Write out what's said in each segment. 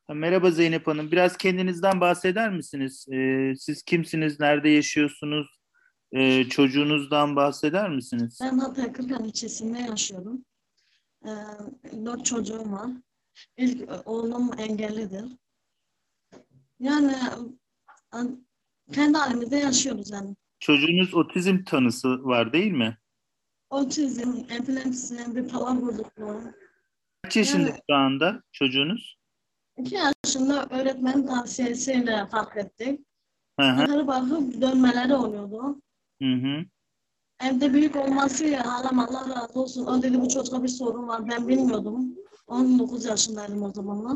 Merhaba Zeynep Hanım. Biraz kendinizden bahseder misiniz? Siz kimsiniz? Nerede yaşıyorsunuz? Çocuğunuzdan bahseder misiniz? Ben Hatay Kırkan ilçesinde yaşıyorum. Ee, 4 çocuğum var. İlk oğlum engellidir. Yani e, kendi halimizde yaşıyoruz yani. Çocuğunuz otizm tanısı var değil mi? Otizm, epilepsi, bipolar bozukluğu. Kaç yaşında Yani şu anda çocuğunuz? 2 yaşında öğretmenin tavsiyesiyle fark ettik. Hı hı, Yukarı bakıp dönmeleri oluyordu. hı hı. Evde büyük olmasıyla halam Allah razı olsun. O dedi bu çocukta bir sorun var. Ben bilmiyordum. 19 yaşındaydım o zamanlar.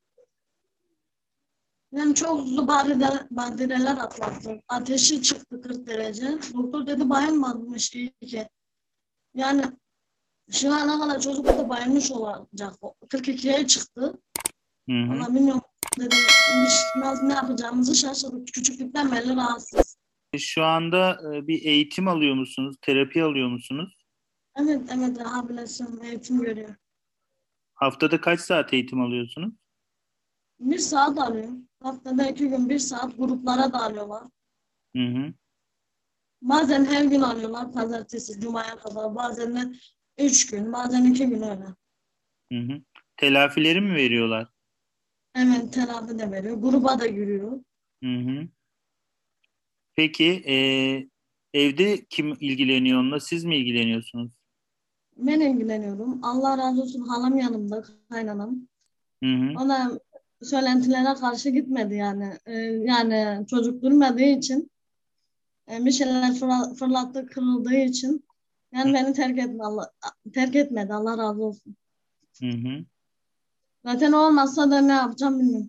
Yani çok uzun badireler atlattı. Ateşi çıktı 40 derece. Doktor dedi bayılmamış iyi ki. Yani şu ana kadar çocuk da bayılmış olacak. 42'ye çıktı. Hı hı. Valla bilmiyorum dedim. Ne yapacağımızı şaşırdık. Küçüklükten beri rahatsız. Şu anda bir eğitim alıyor musunuz? Terapi alıyor musunuz? Evet evet rehabilitasyon eğitim görüyor. Haftada kaç saat eğitim alıyorsunuz? 1 saat alıyor. Haftada 2 gün 1 saat gruplara da alıyorlar. Hı hı, Bazen her gün alıyorlar. Pazartesi, cumaya kadar. Bazen de 3 gün, bazen 2 gün öyle. hı hı. Telafileri mi veriyorlar? Evet telafi de veriyor. Gruba da giriyor. Hı hı. Peki evde kim ilgileniyor onunla? Siz mi ilgileniyorsunuz? Ben ilgileniyorum. Allah razı olsun halam yanımda, kaynanam. Hı hı. Ona söylentilere karşı gitmedi yani. Yani çocuk durmadığı için, bir şeyler fırlattı, kırıldığı için. Hı Yani beni terk etmedi. Allah razı olsun. hı. Zaten o olmazsa da ne yapacağım bilmiyorum.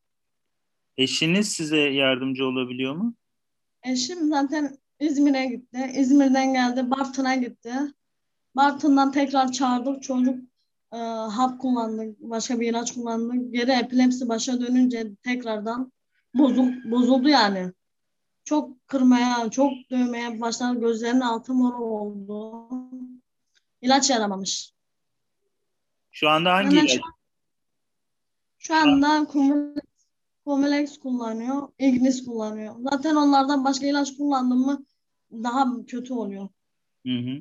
Eşiniz size yardımcı olabiliyor mu? Eşim zaten İzmir'e gitti. İzmir'den geldi, Bartın'a gitti. Bartın'dan tekrar çağırdık. Çocuk hap kullandık, başka bir ilaç kullandık. Geri epilepsi başa dönünce tekrardan bozuldu yani. Çok kırmaya, çok dövmeye başladı. Gözlerinin altı mor oldu. İlaç yaramamış. Şu anda hangi Yani ilaç? şu anda Comilex kullanıyor, Ignis kullanıyor. Zaten onlardan başka ilaç kullandım mı daha kötü oluyor. Hı hı.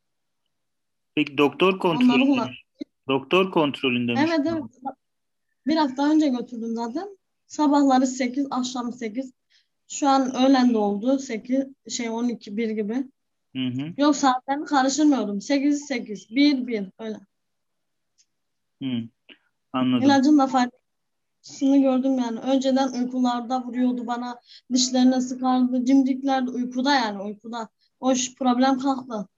Peki doktor Onları kontrolünde mi? kullan. Doktor kontrolünde mi şu Evet evet. an? Bir hafta önce götürdüm zaten. Sabahları 8, akşam 8. Şu an öğlen de oldu. 8, 12, 1 gibi. Hı hı. Yok saatlerini karıştırmıyorum. 8, 8, 1, 1 öyle. Hı. Anladım. İlacın da faydasını gördüm yani. Önceden uykularda vuruyordu bana. Dişlerine sıkardı. Cimciklerde uykuda yani uykuda. Problem kalktı.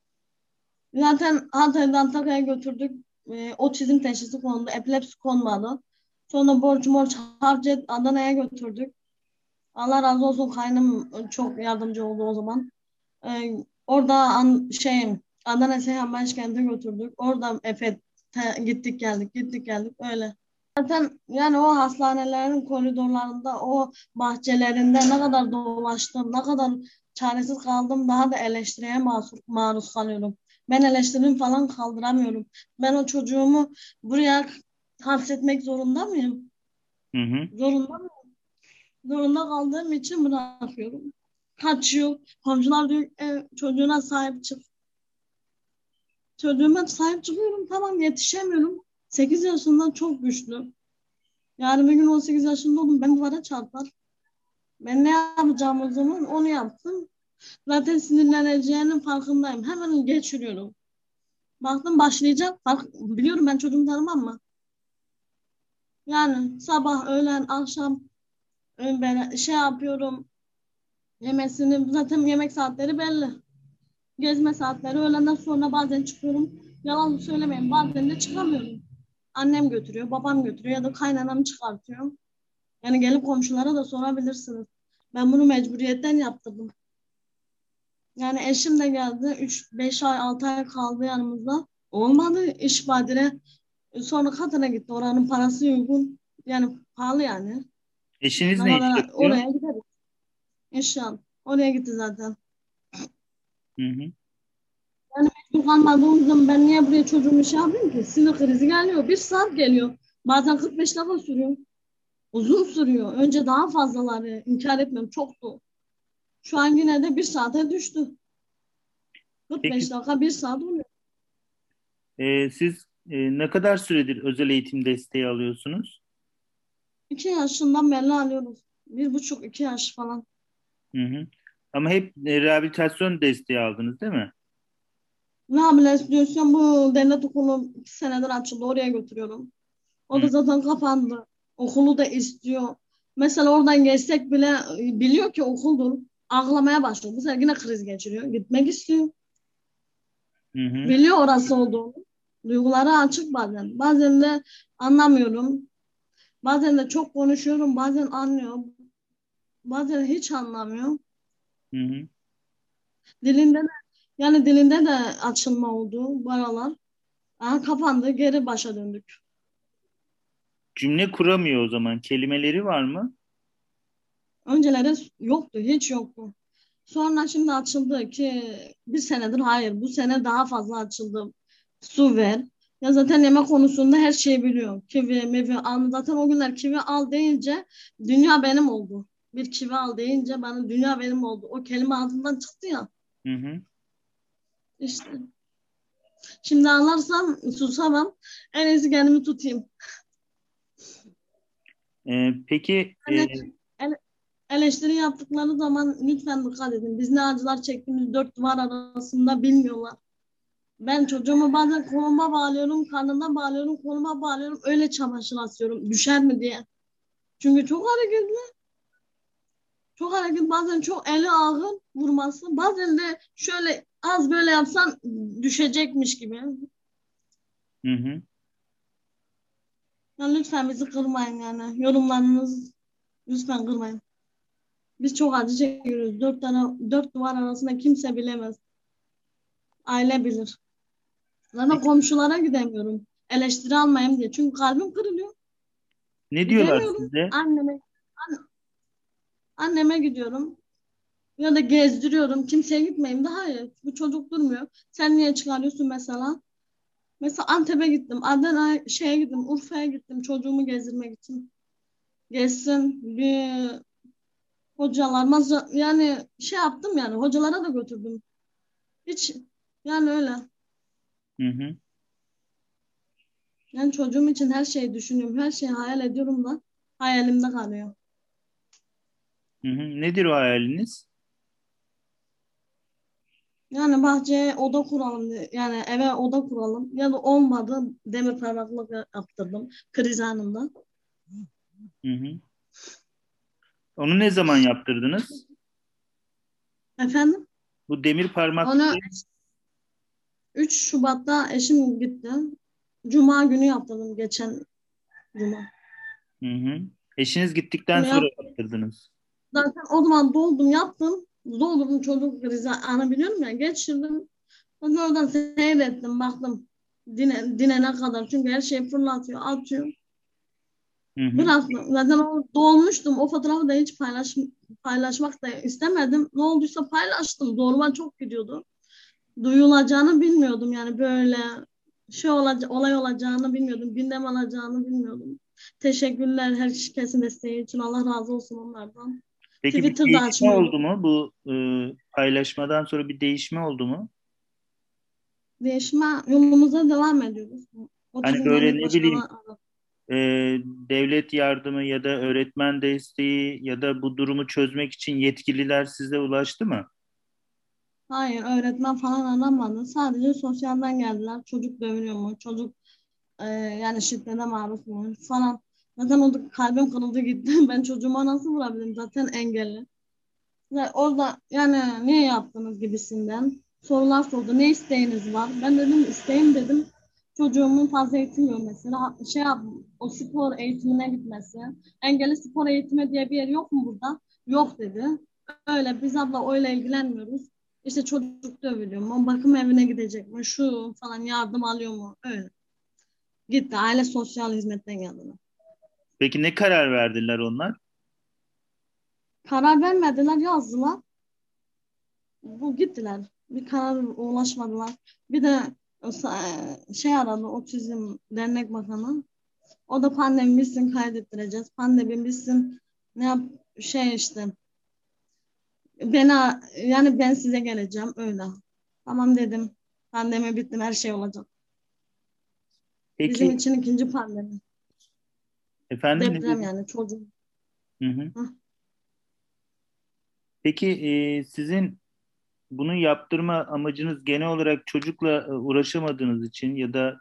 Zaten Hatay'dan Antakya'ya götürdük. Otizm teşhisi kondu. Epilepsi konmadı. Sonra borç harcet Adana'ya götürdük. Allah razı olsun kaynım çok yardımcı oldu o zaman. Orada Adana Seyhan Başkent'e götürdük. Orada gittik geldik gittik geldik öyle. Zaten yani o hastanelerin koridorlarında o bahçelerinde ne kadar dolaştım ne kadar çaresiz kaldım daha da eleştiriye maruz kalıyorum. Ben eleştirim falan kaldıramıyorum. Ben o çocuğumu buraya hapsetmek zorunda mıyım? Hı hı. Zorunda Zorunda kaldığım için bırakıyorum. Kaçıyor. Komşular diyor çocuğuna sahip çık. Çocuğuma sahip çıkıyorum. Tamam yetişemiyorum. 8 yaşında çok güçlü. Yani bir gün 18 yaşında oldum. Ben duvara çarpar. Ben ne yapacağım o zaman? Onu yaptım. Zaten sinirleneceğinin farkındayım. Hemen geçiriyorum. Baktım başlayacak. Biliyorum ben çocuğumu tanımam mı? Yani sabah, öğlen, akşam ben yapıyorum. Yemesini zaten yemek saatleri belli. Gezme saatleri öğlenden sonra bazen çıkıyorum. Yalan söylemeyin bazen de çıkamıyorum. Annem götürüyor, babam götürüyor ya da kaynanam çıkartıyor. Yani gelip komşulara da sorabilirsiniz. Ben bunu mecburiyetten yaptırdım. Yani eşim de geldi. 5 ay 6 ay kaldı yanımızda. Olmadı iş badire. Sonra Katar'a gitti. Oranın parası uygun. Yani pahalı yani. Eşiniz Ne ne iş kadar yapıyor? oraya gideriz. İnşallah. Oraya gitti zaten. Hı hı. Yani mecbur kalmadığım zaman ben niye buraya çocuğumu yapayım ki? Sinir krizi geliyor. 1 saat geliyor. Bazen 45 dakika sürüyor. Uzun sürüyor. Önce daha fazlaları inkar etmiyorum çoktu. Şu an yine de bir saate düştü. Peki 45 dakika bir saat oluyor. siz ne kadar süredir özel eğitim desteği alıyorsunuz? 2 yaşından beri alıyoruz. 1,5 2 yaş falan. Hı hı. Ama hep rehabilitasyon desteği aldınız değil mi? Rehabilitasyon bu devlet okulu 2 senedir açıldı. Oraya götürüyorum. O Hı da zaten kapandı. Okulu da istiyor. Mesela oradan geçsek bile biliyor ki okuldur. Ağlamaya başlıyor. Bu sefer yine kriz geçiriyor. Gitmek istiyor. hı. Hı. Biliyor orası olduğunu. Duyguları açık bazen. Bazen de anlamıyorum. Bazen de çok konuşuyorum. Bazen anlıyor. Bazen hiç anlamıyor. Hı hı. Dilinde de yani dilinde de açılma oldu bu aralar. Aha, kapandı. Geri başa döndük. Cümle kuramıyor o zaman. Kelimeleri var mı? Önceleri yoktu. Hiç yoktu. Sonra şimdi açıldı ki bir senedir hayır. Bu sene daha fazla açıldı. Su ver. Ya zaten yemek konusunda her şeyi biliyor. Kivi, mevi al. Zaten o günler kivi al deyince dünya benim oldu. Bir kivi al deyince bana dünya benim oldu. O kelime ağzımdan çıktı ya. Hı hı. İşte. Şimdi anlarsam susamam. En iyisi kendimi tutayım. Peki Hani ele- eleştiri yaptıkları zaman lütfen dikkat edin. Biz ne acılar çektiğimiz dört duvar arasında bilmiyorlar. Ben çocuğumu bazen koluma bağlıyorum, karnına bağlıyorum, koluma bağlıyorum. Öyle çamaşır asıyorum. Düşer mi diye. Çünkü çok hareketli. Çok hareketli. Bazen çok eli ağır vurması. Bazen de şöyle az böyle yapsan düşecekmiş gibi. hı hı. Yani lütfen bizi kırmayın yani. Yorumlarınız lütfen kırmayın. Biz çok acı çekiyoruz. Dört duvar arasında kimse bilemez. Aile bilir. Zaten Peki, komşulara gidemiyorum. Eleştiri almayayım diye. Çünkü kalbim kırılıyor. ne diyorlar Gidemiyorum. size? Anneme gidiyorum. Ya da gezdiriyorum. Kimseye gitmeyeyim de hayır. Bu çocuk durmuyor. Sen niye çıkarıyorsun mesela? Mesela Antep'e gittim. Adana şeye gittim. Urfa'ya gittim. Çocuğumu gezdirmek için. Gezsin. Bir hocalar yani şey yaptım yani. Hocalara da götürdüm. Hiç yani öyle. Hı hı. Yani çocuğum için her şeyi düşünüyorum. Her şeyi hayal ediyorum da hayalimde kalıyor. Hı hı. Nedir o hayaliniz? Yani bahçeye oda kuralım diye. Yani eve oda kuralım. Ya da olmadı demir parmaklık yaptırdım kriz anında. Hı hı. Onu ne zaman yaptırdınız? Efendim? Bu demir parmaklığı. Onu 3 Şubat'ta eşim gitti. Cuma günü yaptırdım geçen cuma. Hı hı. Eşiniz gittikten Bunu sonra yap yaptırdınız. zaten o zaman doldum yaptım. Doldurdum çocuk krizi anı biliyorum ya geçirdim. Ondan oradan seyrettim baktım dinene kadar. Çünkü her şeyi fırlatıyor atıyor. Hı hı. Bıraktım. Zaten o dolmuştum. O fotoğrafı da hiç paylaşmak da istemedim. Ne olduysa paylaştım. Zoruma çok gidiyordu. Duyulacağını bilmiyordum yani böyle olay olacağını bilmiyordum. Gündem alacağını bilmiyordum. Teşekkürler herkesin desteği için. Allah razı olsun onlardan. Peki bir Twitter'da değişme oldu açmıyordum. mu? Bu paylaşmadan sonra bir değişme oldu mu? Değişime yolumuza devam ediyoruz. Hani Otizm böyle Dernek ne bileyim Başkanı aradı. e, devlet yardımı ya da öğretmen desteği ya da bu durumu çözmek için yetkililer size ulaştı mı? Hayır öğretmen falan aramadı. Sadece sosyalden geldiler. Çocuk dövülüyor mu? Çocuk yani şiddete maruz mu falan. Zaten o da kalbim kırıldı gitti. Ben çocuğuma nasıl vurabilirim? Zaten engelli. Ve orada yani niye yaptınız gibisinden sorular sordu. Ne isteğiniz var? Ben dedim isteğim dedim. Çocuğumun fazla eğitim görmesi. Şey yap, o spor eğitimine gitmesi. Engelli spor eğitimi diye bir yer yok mu burada? Yok dedi. Öyle biz abla öyle ilgilenmiyoruz. İşte çocuk dövülüyor mu? Bakım evine gidecek mi? Şu falan yardım alıyor mu? Öyle. Gitti. Aile sosyal hizmetten geldiler. Peki ne karar verdiler onlar? Karar vermediler, yazdılar. Bu gittiler. Bir karar ulaşmadılar. Bir de şey aradı Otizm Dernek Bakanı. O da pandemi bitsin kaydettireceğiz. Pandemi bitsin ne yap şey işte yani ben size geleceğim öyle. Tamam dedim. Pandemi bitti her şey olacak. Bizim Peki için ikinci pandemi. efendim ne Deprem dedin? yani çocuğum. Hı hı. Hah. Peki sizin bunu yaptırma amacınız genel olarak çocukla uğraşamadığınız için ya da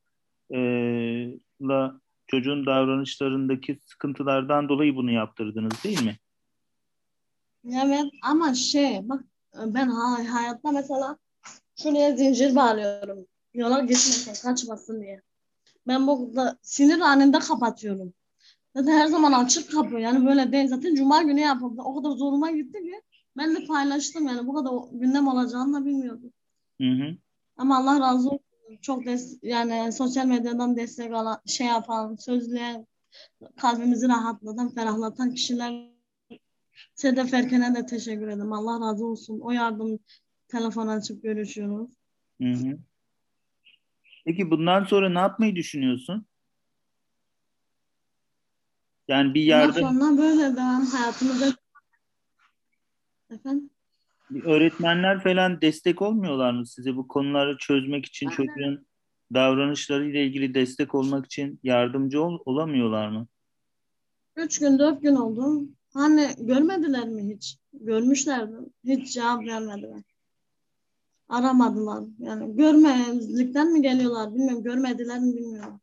çocukla çocuğun davranışlarındaki sıkıntılardan dolayı bunu yaptırdınız değil mi? Evet ama bak ben hayatta mesela şuraya zincir bağlıyorum. Yola gitmesin, kaçmasın diye. Ben bu da sinir anında kapatıyorum. Zaten her zaman açık kapı. Yani böyle değil. Zaten cuma günü yapıldı. O kadar zoruma gitti ki ben de paylaştım yani. Bu kadar gündem olacağını da bilmiyordum. Hı hı. Ama Allah razı olsun. Çok yani sosyal medyadan destek alan, yapan, sözleyen, kalbimizi rahatlatan, ferahlatan kişiler Sedef Erken'e de teşekkür ederim. Allah razı olsun. O yardım telefon açıp görüşüyoruz. Hı hı. Peki bundan sonra ne yapmayı düşünüyorsun? Yani bir Bundan yardım, sonra böyle devam hayatımızda efendim. bir öğretmenler falan destek olmuyorlar mı size bu konuları çözmek için çocuğun davranışlarıyla ilgili destek olmak için yardımcı olamıyorlar mı? 3 gün 4 gün oldu. Hani görmediler mi hiç? Görmüşlerdi. Hiç cevap vermediler. Aramadılar. Yani görmezlikten mi geliyorlar bilmiyorum. Görmediler mi bilmiyorum.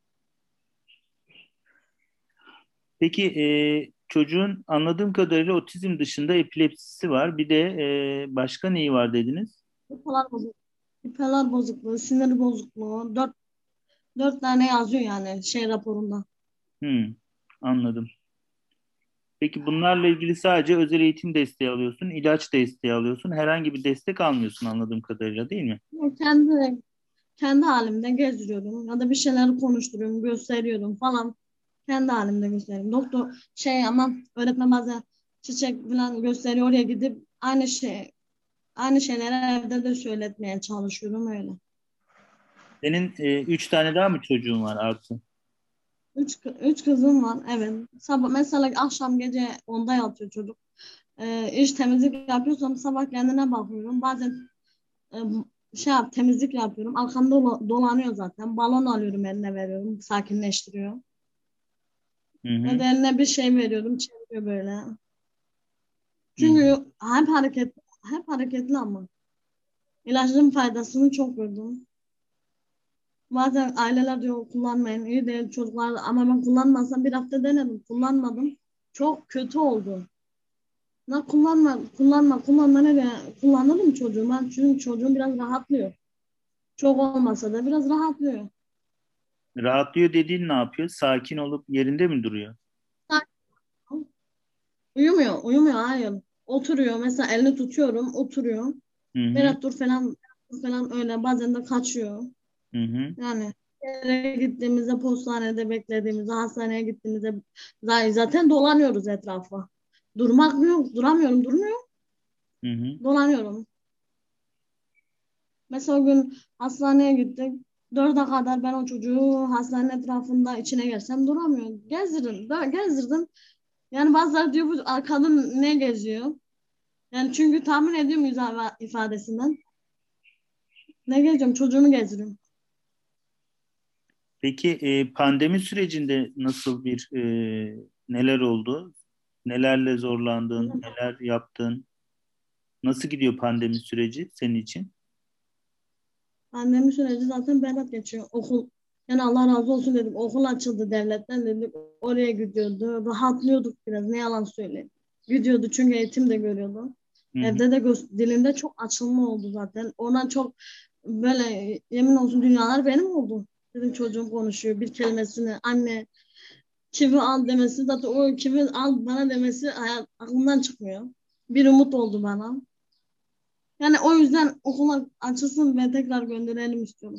Peki çocuğun anladığım kadarıyla otizm dışında epilepsisi var. Bir de başka neyi var dediniz? Bipolar bozukluğu, bipolar bozukluğu, sinir bozukluğu. Dört tane yazıyor yani raporunda. Hmm, anladım. Peki bunlarla ilgili sadece özel eğitim desteği alıyorsun, ilaç desteği alıyorsun. Herhangi bir destek almıyorsun anladığım kadarıyla değil mi? Kendi halimde gezdiriyorum ya da bir şeyler konuşturuyorum, gösteriyorum falan. Kendi halimde gösteriyorum. Doktor ama öğretmen bazen çiçek falan gösteriyor oraya gidip aynı şeyleri evde de söyletmeye çalışıyorum öyle. Senin üç tane daha mı çocuğun var artı? Üç kızım var evet. Sabah mesela akşam gece 10'da yatıyor çocuk. İş temizlik yapıyorsam sabah kendine bakıyorum. Bazen e, temizlik yapıyorum. Arkamda dolanıyor zaten. Balon alıyorum eline veriyorum. Sakinleştiriyor. Hı Ya hı, da eline bir şey veriyorum. Çeviriyor böyle. hı hı, Çünkü hep hareketli ama. İlaçların faydasını çok gördüm. Bazen aileler diyor kullanmayın. İyi değil çocuklar ama ben kullanmasam bir hafta denedim. Kullanmadım. Çok kötü oldu. Kullanma ne de kullanırım çocuğum. Ben çünkü çocuğum biraz rahatlıyor. Çok olmasa da biraz rahatlıyor. rahatlıyor dediğin ne yapıyor? Sakin olup yerinde mi duruyor? Uyumuyor hayır. Oturuyor mesela elini tutuyorum oturuyor. Hı hı, Berat dur falan öyle bazen de kaçıyor. hı hı, Yani yere gittiğimizde postanede beklediğimizde hastaneye gittiğimizde zaten dolanıyoruz etrafa. Durmak yok durmuyor hı hı. dolanıyorum. Mesela o gün hastaneye gittik. 4'e kadar ben o çocuğu hastanenin etrafında içine girsem duramıyor. Gezdirdim. Yani bazıları diyor bu kadın ne geziyor? Yani çünkü tahmin ediyorum ifadesinden. Ne gezeceğim? Çocuğumu gezdiriyorum. Peki pandemi sürecinde neler oldu? Nelerle zorlandın? Neler yaptın? Nasıl gidiyor pandemi süreci senin için? Annemin süreci zaten berbat geçiyor. Yani Allah razı olsun dedim. Okul açıldı devletten dedik. Oraya gidiyordu. Rahatlıyorduk biraz. Ne yalan söyleyeyim. Gidiyordu çünkü eğitim de görüyordu. Hı hı, Evde de dilinde çok açılma oldu zaten. Ona çok böyle yemin olsun dünyalar benim oldu. Dedim çocuğum konuşuyor. Bir kelimesini anne kivi al demesi zaten o kivi al bana demesi aklımdan çıkmıyor. Bir umut oldu bana. Yani o yüzden okula açılsın ve tekrar gönderelim istiyorum.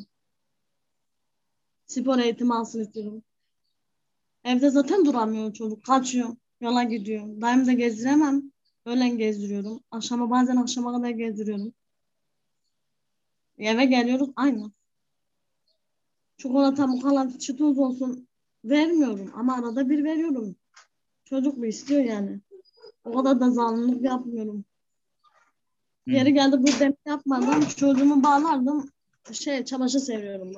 Spor eğitimi alsın istiyorum. Evde zaten duramıyor çocuk. Kaçıyor. Yola gidiyor. Daim de gezdiremem. Öğlen gezdiriyorum. Bazen akşama kadar gezdiriyorum. Eve geliyoruz aynı. Çikolata mukallat çıtız olsun. Vermiyorum ama arada bir veriyorum. Çocuk mu istiyor yani. O kadar da zalimlik yapmıyorum. Hı Yeri geldi bu demek yapmadım. Çocuğumu bağlardım. Çamaşır seriyorum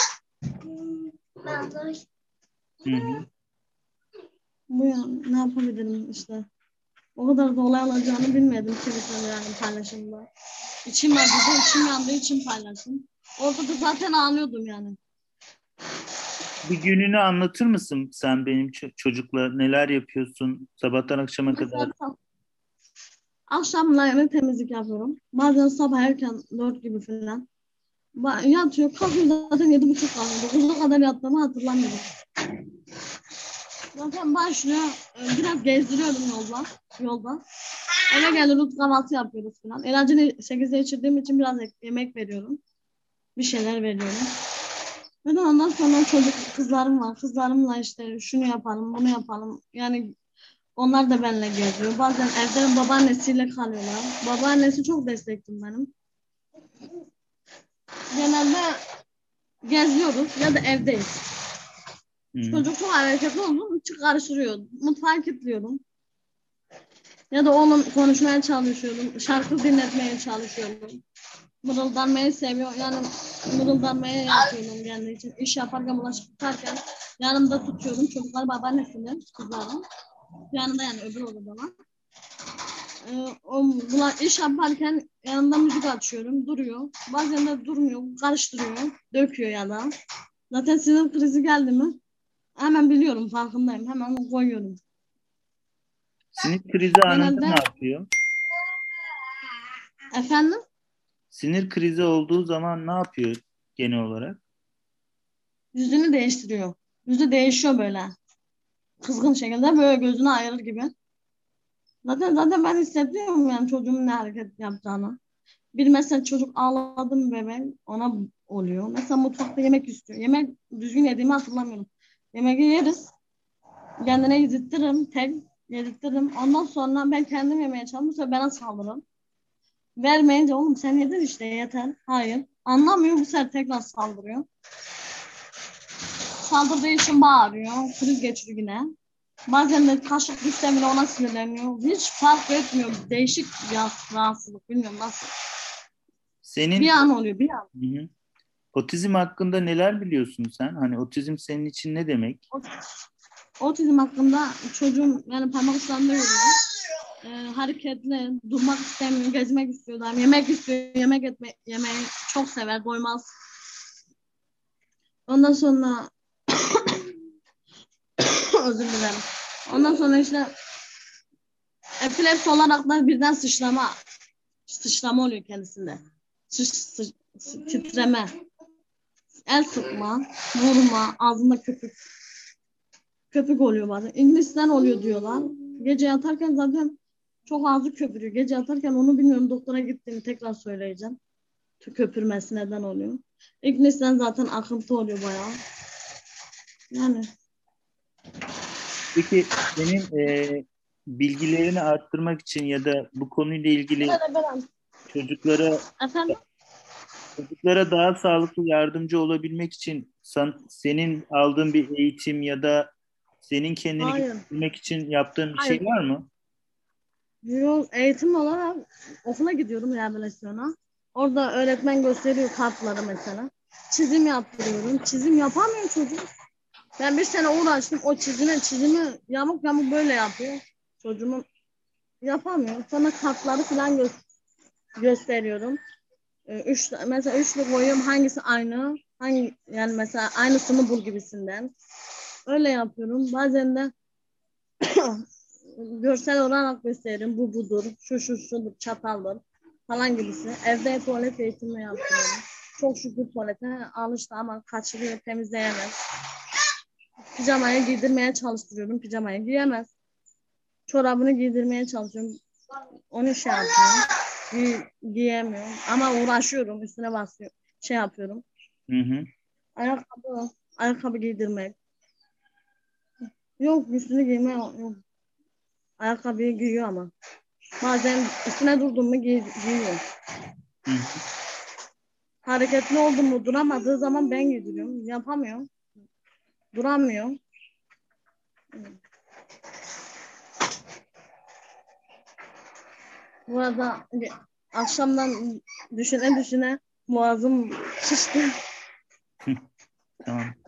ben. hı. Hı. Bu ya ne yapabilirim işte. O kadar da olay alacağını bilmedim Twitter'da yani paylaşımda. İçim acıdı, içim yandığı için paylaştım. Orada da zaten ağlıyordum yani. Bir gününü anlatır mısın sen benim çocukla neler yapıyorsun sabahtan akşama kadar? Mesela akşamları temizlik yapıyorum. Bazen sabah erken 4 gibi falan. Yatıyor, kalkıyor zaten 7.30 kalkıyor. 9'a kadar yattığımı hatırlamıyorum. Zaten başlıyor. Biraz gezdiriyorum yolda. Eve gelir kahvaltı yapıyoruz falan. İlacını 8'de içirdiğim için biraz yemek veriyorum. Bir şeyler veriyorum. Ve de ondan sonra kızlarım var. Kızlarımla işte şunu yapalım, bunu yapalım. Yani onlar da benimle geziyor. Bazen evde babaannesiyle kalıyorlar. Babaannesi çok destekli benim. Genelde geziyoruz ya da evdeyiz. Hı. Çocuk çok hareketli oldu. Karıştırıyor. Mutfağı kilitliyorum. Ya da onun konuşmaya çalışıyorum. Şarkı dinletmeye çalışıyorum. Mırıldanmayı seviyor. Yani mırıldanmaya yapıyorum kendi için. İş yaparken, bulaşık yıkarken yanımda tutuyorum. Çocuklar babaannesinin, kızlarım. Yanında yani öbür odada var. İş yaparken yanında müzik açıyorum. Duruyor. Bazen de durmuyor. Karıştırıyor. Döküyor ya da. Zaten sinir krizi geldi mi? Hemen biliyorum. Farkındayım. Hemen koyuyorum. Sinir krizi anında ne Genelde yapıyor? efendim Sinir krizi olduğu zaman ne yapıyor genel olarak? yüzünü değiştiriyor. Yüzü değişiyor böyle. Kızgın şekilde böyle gözünü ayırır gibi. Zaten ben hissediyorum yani çocuğumun ne hareket yapacağını. Bir mesela çocuk ağladı mı bebeğim ona oluyor. Mesela mutfakta yemek istiyor. Yemek düzgün yediğimi hatırlamıyorum. Yemeği yeriz. Kendine yedirtirim. Tek yedirtirim. Ondan sonra ben kendim yemeye çalışıyorum. Bu sefer bana saldırırım. Vermeyince oğlum sen yedin işte yeter. Hayır. Anlamıyor bu sefer tekrar saldırıyor. Saldırdığı için bağırıyor. Kriz geçiriyor yine. Bazen de kaşık düşse bile ona sinirleniyor. Hiç fark etmiyor. Değişik bir rahatsızlık. Bilmiyorum nasıl. Bir Senin an oluyor bir an. hı hı. Otizm hakkında neler biliyorsun sen? Hani otizm senin için ne demek? Otizm hakkında çocuğum yani parmak uçlarında yürüyor. Hareketli, durmak istemiyor, gezmek istiyor, yemek istiyor, yemeği çok sever, doymaz. Ondan sonra özür dilerim. Ondan sonra işte epilepsi olarak da birden sıçrama oluyor kendisinde. Titreme, el sıkma, vurma, ağzında köpük oluyor bazen. İngilizden oluyor diyorlar. Gece yatarken zaten çok ağzı köpürüyor. Gece yatarken onu bilmiyorum. Doktora gittiğimi tekrar söyleyeceğim. Köpürmesi neden oluyor. İngilizden zaten akıntı oluyor bayağı. Yani Peki senin bilgilerini arttırmak için ya da bu konuyla ilgili çocuklara efendim? çocuklara daha sağlıklı yardımcı olabilmek için senin aldığın bir eğitim ya da senin kendini Hayır. geliştirmek için yaptığın bir şey Hayır. var mı? Yok, eğitim olarak okula gidiyorum rehabilitasyona. Orada öğretmen gösteriyor kartları mesela. Çizim yaptırıyorum. Çizim yapamıyor çocuk. Ben bir sene uğraştım. O çizimi yamuk yamuk böyle yapıyor. Çocuğumun yapamıyor. Sonra kartları falan gösteriyorum. Mesela üçlü koyuyorum. Hangisi aynı? Yani mesela aynısını bul gibisinden. Öyle yapıyorum. Bazen de görsel olarak gösteririm. Bu budur. Şudur. Çataldır. Falan gibisi. Evde tuvalet eğitimi yapıyorum. Çok şükür tuvalete alıştı ama kaçırıyor, temizleyemez. Pijamayı giydirmeye çalıştırıyorum. Pijamayı giyemez. Çorabını giydirmeye çalışıyorum. Onu yapıyorum. Giyemiyorum. Ama uğraşıyorum. Üstüne basıyorum. Yapıyorum. Hı hı. Ayakkabı giydirmek. Yok üstünü giyme yok. Ayakkabıyı giyiyor ama. Bazen üstüne durdum mu giyiyor. Hı hı. Hareketli oldum mu duramadığı zaman ben giydiriyorum. Yapamıyor. Duramıyor. Bu arada akşamdan düşüne boğazım şişti. Tamam.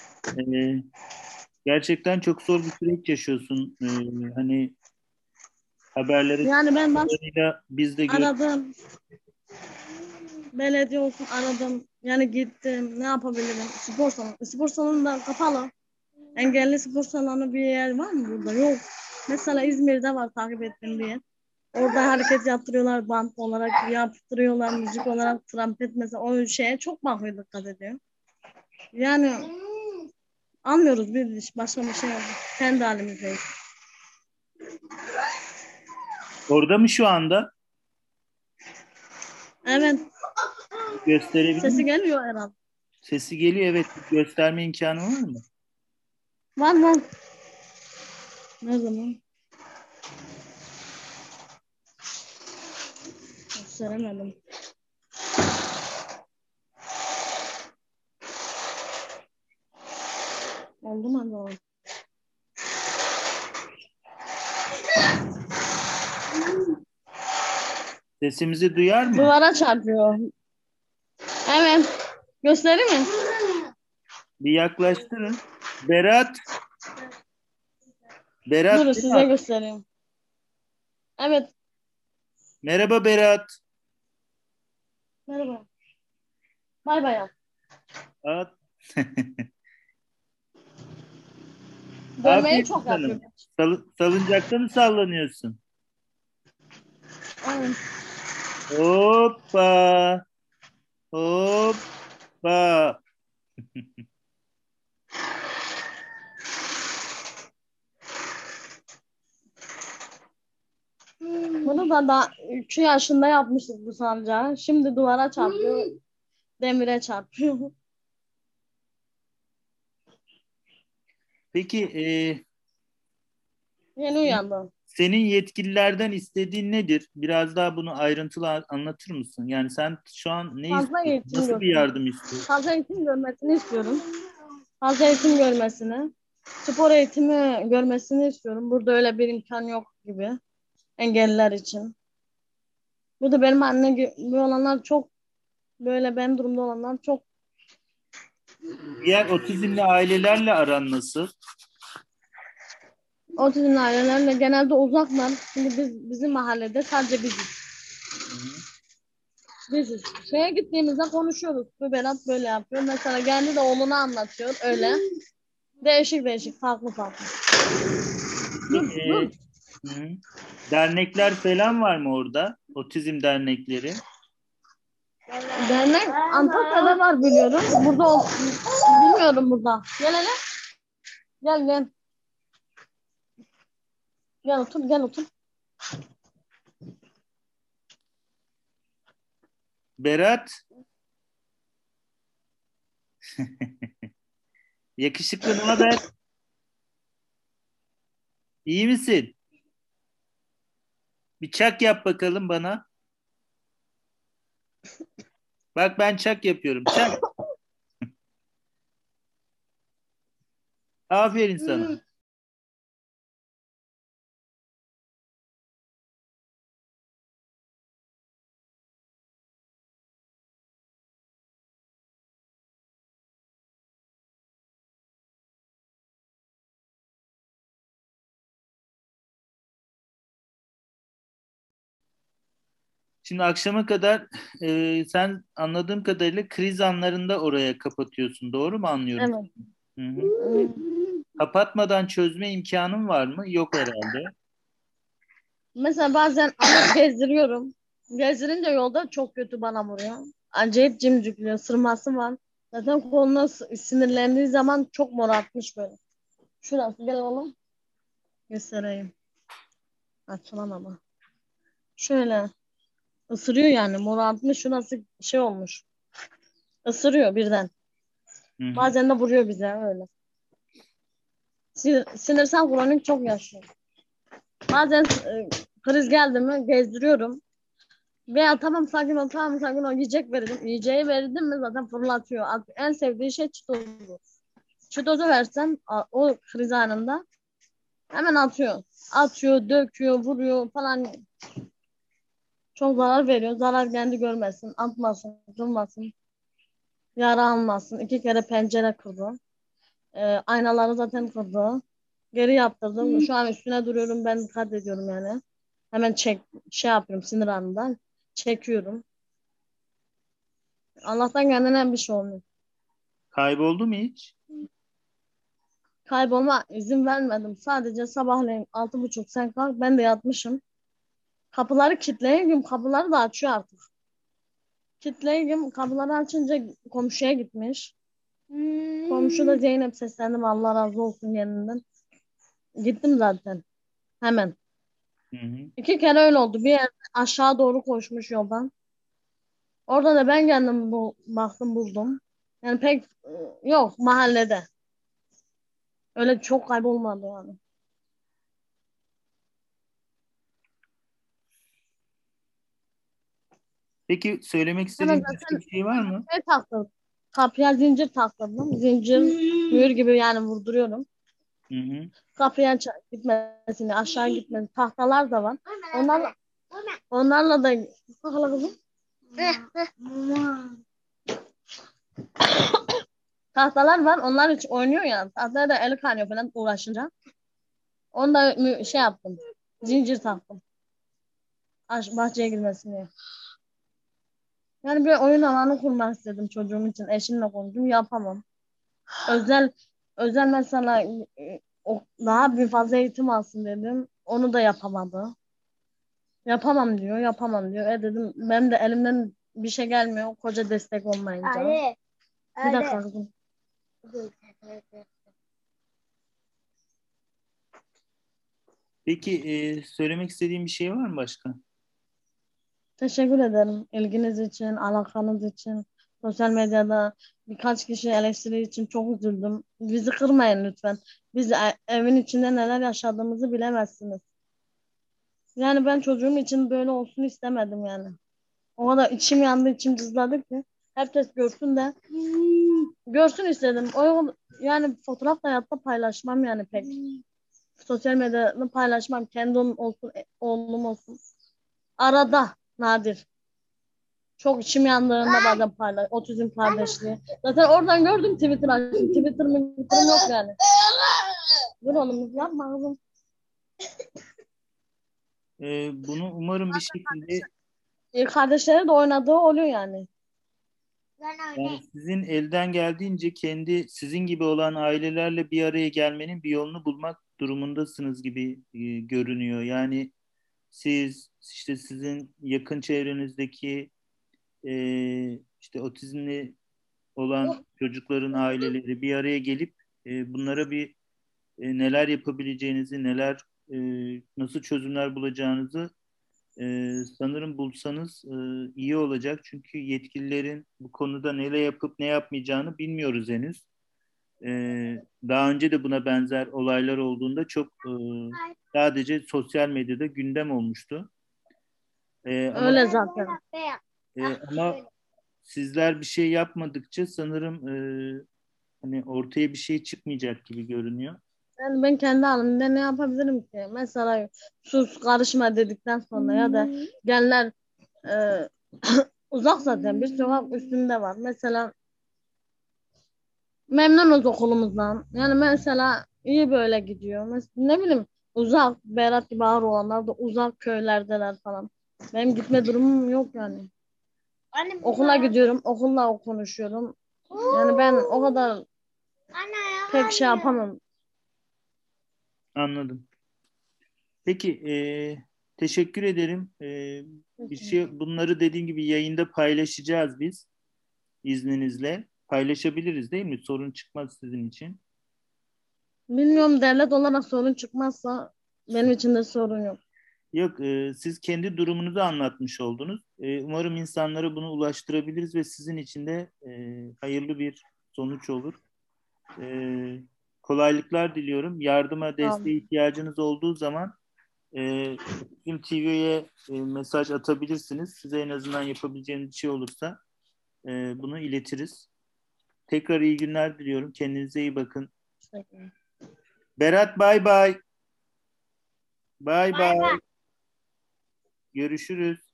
Gerçekten çok zor bir süreç yaşıyorsun. Hani haberlere Yani ben çıktığıyla biz de aradım. Belediye olsun aradım. Yani gittim. Ne yapabilirim? Spor salonu. Spor salonu da kapalı. Engelli spor salonu bir yer var mı burada? Yok. Mesela İzmir'de var takip ettiğim bir yer. Orada hareket yaptırıyorlar, bant olarak yaptırıyorlar, müzik olarak trompet mesela o şeye çok bakıyor, dikkat ediyor. Yani anlıyoruz bir iş, başka bir şey yok. Kendi halimizdeyiz. orada mı şu anda? Evet, Gösterebilir sesi mi? geliyor herhalde. Sesi geliyor, evet. Gösterme imkanı var mı? Var mı? Ne zaman? Gösteremedim. Oldu mu acaba? Sesimizi duyar mı? Duvara çarpıyor. Evet. Göstereyim mi? Bir yaklaştırın. Berat. Berat Dur değil size mi? göstereyim. Evet. Merhaba Berat. Merhaba. Bay bay. At. Dövmeyi Aferin çok sana. yapıyor. Salıncakta mı sallanıyorsun? Evet. Hoppa. Hoppa. Bunu da 3 yaşında yapmıştık bu sancağı. Şimdi duvara çarpıyor, demire çarpıyor. Peki Yeni uyandım. senin yetkililerden istediğin nedir? Biraz daha bunu ayrıntılı anlatır mısın? Yani sen şu an ne Fazla istiyorsun? eğitim Nasıl bir görsün. yardım istiyorsun? Fazla eğitim görmesini istiyorum. Fazla eğitim görmesini. Spor eğitimi görmesini istiyorum. Burada öyle bir imkan yok gibi. Engelliler için. Burada benim anne gibi olanlar çok, böyle benim durumda olanlar çok. Diğer otizmli ailelerle aran nasıl? Otizmli ailelerle genelde uzaklar. Şimdi bizim mahallede sadece biziz. Hı hı. Biziz. Şeye gittiğimizde konuşuyoruz. Bu Berat böyle yapıyor. Mesela kendi de oğlunu anlatıyor. Öyle. Değişik değişik. Farklı farklı. Dur dur. Hı hı. Dernekler falan var mı orada? Otizm dernekleri. Dernek Antakya'da var biliyorum. Bilmiyorum burada. Gel hele. Gel gel. Gel otur gel otur. Berat, yakışıklı ne haber? İyi misin? Bir çak yap bakalım bana. Bak ben çak yapıyorum. Çak. Aferin sana. Şimdi akşama kadar sen anladığım kadarıyla kriz anlarında oraya kapatıyorsun. Doğru mu anlıyorum? Evet. Hı hı. Kapatmadan çözme imkanın var mı? Yok herhalde. Mesela bazen alıp gezdiriyorum. Gezdirince yolda çok kötü bana vuruyor. Acayip cimcikliyor. Sırması var. Zaten koluna sinirlendiği zaman çok morartmış böyle. Şurası gel oğlum. Göstereyim. Açılan ama. Şöyle ısırıyor yani. Morartmış. Şurası şey olmuş. Isırıyor birden. Hı hı. Bazen de vuruyor bize öyle. Sinirsel kronik çok yaşıyor. Bazen kriz geldi mi gezdiriyorum. Veya tamam sakin ol, tamam sakin ol, yiyecek verdim. Yiyeceği verdim mi zaten fırlatıyor. En sevdiği şey çitozu. Çitozu versen o kriz anında Hemen atıyor. Atıyor, döküyor, vuruyor falan. Çok zarar veriyor. Zarar kendi görmesin. Atmasın, durmasın. Yara almasın. 2 kere pencere kırdı. Aynaları zaten kırdı. Geri yaptırdım. Şu an üstüne duruyorum. Ben dikkat ediyorum yani. Hemen şey yapıyorum sinir anında. Çekiyorum. Allah'tan kendine bir şey olmuyor. Kayboldu mu hiç? Kaybolma izin vermedim. Sadece sabahleyin 6.30 sen kalk. Ben de yatmışım. Kapıları kilitleyeyim. Kapıları da açıyor artık. Kilitleyeyim. Kapıları açınca komşuya gitmiş. Komşu da Zeynep seslendim. Allah razı olsun yeniden. Gittim zaten. Hemen. Hı hı. 2 kere öyle oldu. Bir yer aşağı doğru koşmuş yoldan. Orada da ben kendim baktım buldum. Yani pek yok mahallede. Öyle çok kaybolmadı yani. Peki söylemek Hemen istediğin başka zaten bir şey var mı? şey taktım. Kapıya zincir taktırdım. Zincir mühür gibi yani vurduruyorum. Hı hı. Kapıya gitmesini, aşağı gitmesini. Tahtalar da var. Onlar, onlarla da Sakala kızım. Tahtalar var. Onlar hiç oynuyor ya. Tahtaya da eli kanıyor falan uğraşınca. Onu da şey yaptım. Zincir taktım. Bahçeye girmesin diye. Yani bir oyun alanı kurmak istedim çocuğum için. Eşimle konuştum. Yapamam. Özel özel mesela daha bir fazla eğitim alsın dedim. Onu da yapamadı. Yapamam diyor. Yapamam diyor. Dedim benim de elimden bir şey gelmiyor. Koca destek olmayınca. Ali, Bir dakika Ali. kızım. Peki söylemek istediğin bir şey var mı başka? Teşekkür ederim ilginiz için, alakanız için. Sosyal medyada birkaç kişi eleştiri için çok üzüldüm. Bizi kırmayın lütfen. Biz evin içinde neler yaşadığımızı bilemezsiniz. Yani ben çocuğum için böyle olsun istemedim yani. O kadar içim yandı, içim cızladı ki. Herkes görsün de görsün istedim. Yani fotoğraf da hayatta paylaşmam yani pek. Sosyal medyada paylaşmam. Kendim olsun, oğlum olsun. Arada nadir. Çok içim yandığında bazen otizm kardeşliği. Zaten oradan gördüm Twitter açtım. Twitter'ım yok yani. Dur oğlum yapma kızım. Bunu umarım bir şekilde Kardeşleri de oynadığı oluyor yani. yani sizin elden geldiğince kendi sizin gibi olan ailelerle bir araya gelmenin bir yolunu bulmak durumundasınız gibi görünüyor. Yani siz işte sizin yakın çevrenizdeki işte otizmli olan çocukların aileleri bir araya gelip bunlara bir neler yapabileceğinizi, nasıl çözümler bulacağınızı sanırım bulsanız iyi olacak. Çünkü yetkililerin bu konuda neler yapıp ne yapmayacağını bilmiyoruz henüz. Daha önce de buna benzer olaylar olduğunda çok sadece sosyal medyada gündem olmuştu. Ama Öyle zaten. ama sizler bir şey yapmadıkça sanırım hani ortaya bir şey çıkmayacak gibi görünüyor. Yani ben kendi halimde ne yapabilirim ki? Mesela sus karışma dedikten sonra ya da genler e, uzak zaten bir sokak üstünde var. Mesela memnunuz okulumuzdan. Yani mesela iyi böyle gidiyor. Mesela, ne bileyim uzak Berat gibi ağır olanlar da uzak köylerdeler falan. Benim gitme durumum yok yani. Anne Okula gidiyorum, okulla konuşuyorum. Yani ben o kadar pek şey yapamam. Anladım. Peki, teşekkür ederim. Bunları dediğim gibi yayında paylaşacağız biz izninizle. Paylaşabiliriz değil mi? Sorun çıkmaz sizin için. Bilmiyorum devlet olarak sorun çıkmazsa benim için de sorun yok. Yok, siz kendi durumunuzu anlatmış oldunuz. Umarım insanlara bunu ulaştırabiliriz ve sizin için de hayırlı bir sonuç olur. E, Kolaylıklar diliyorum. Yardıma, Tamam. desteğe ihtiyacınız olduğu zaman bizim TV'ye mesaj atabilirsiniz. Size en azından yapabileceğiniz bir şey olursa bunu iletiriz. Tekrar iyi günler diliyorum. Kendinize iyi bakın. Berat bay bay. Bay Bay bay. bay. Görüşürüz.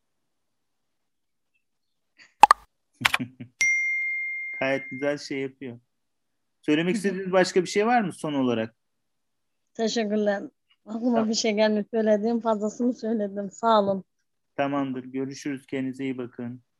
Gayet güzel şey yapıyor. Söylemek istediğiniz başka bir şey var mı son olarak? Teşekkürler. Aklıma Tamam. bir şey gelmiş. Söylediğim fazlasını söyledim. Sağ olun. Tamamdır. Görüşürüz. Kendinize iyi bakın.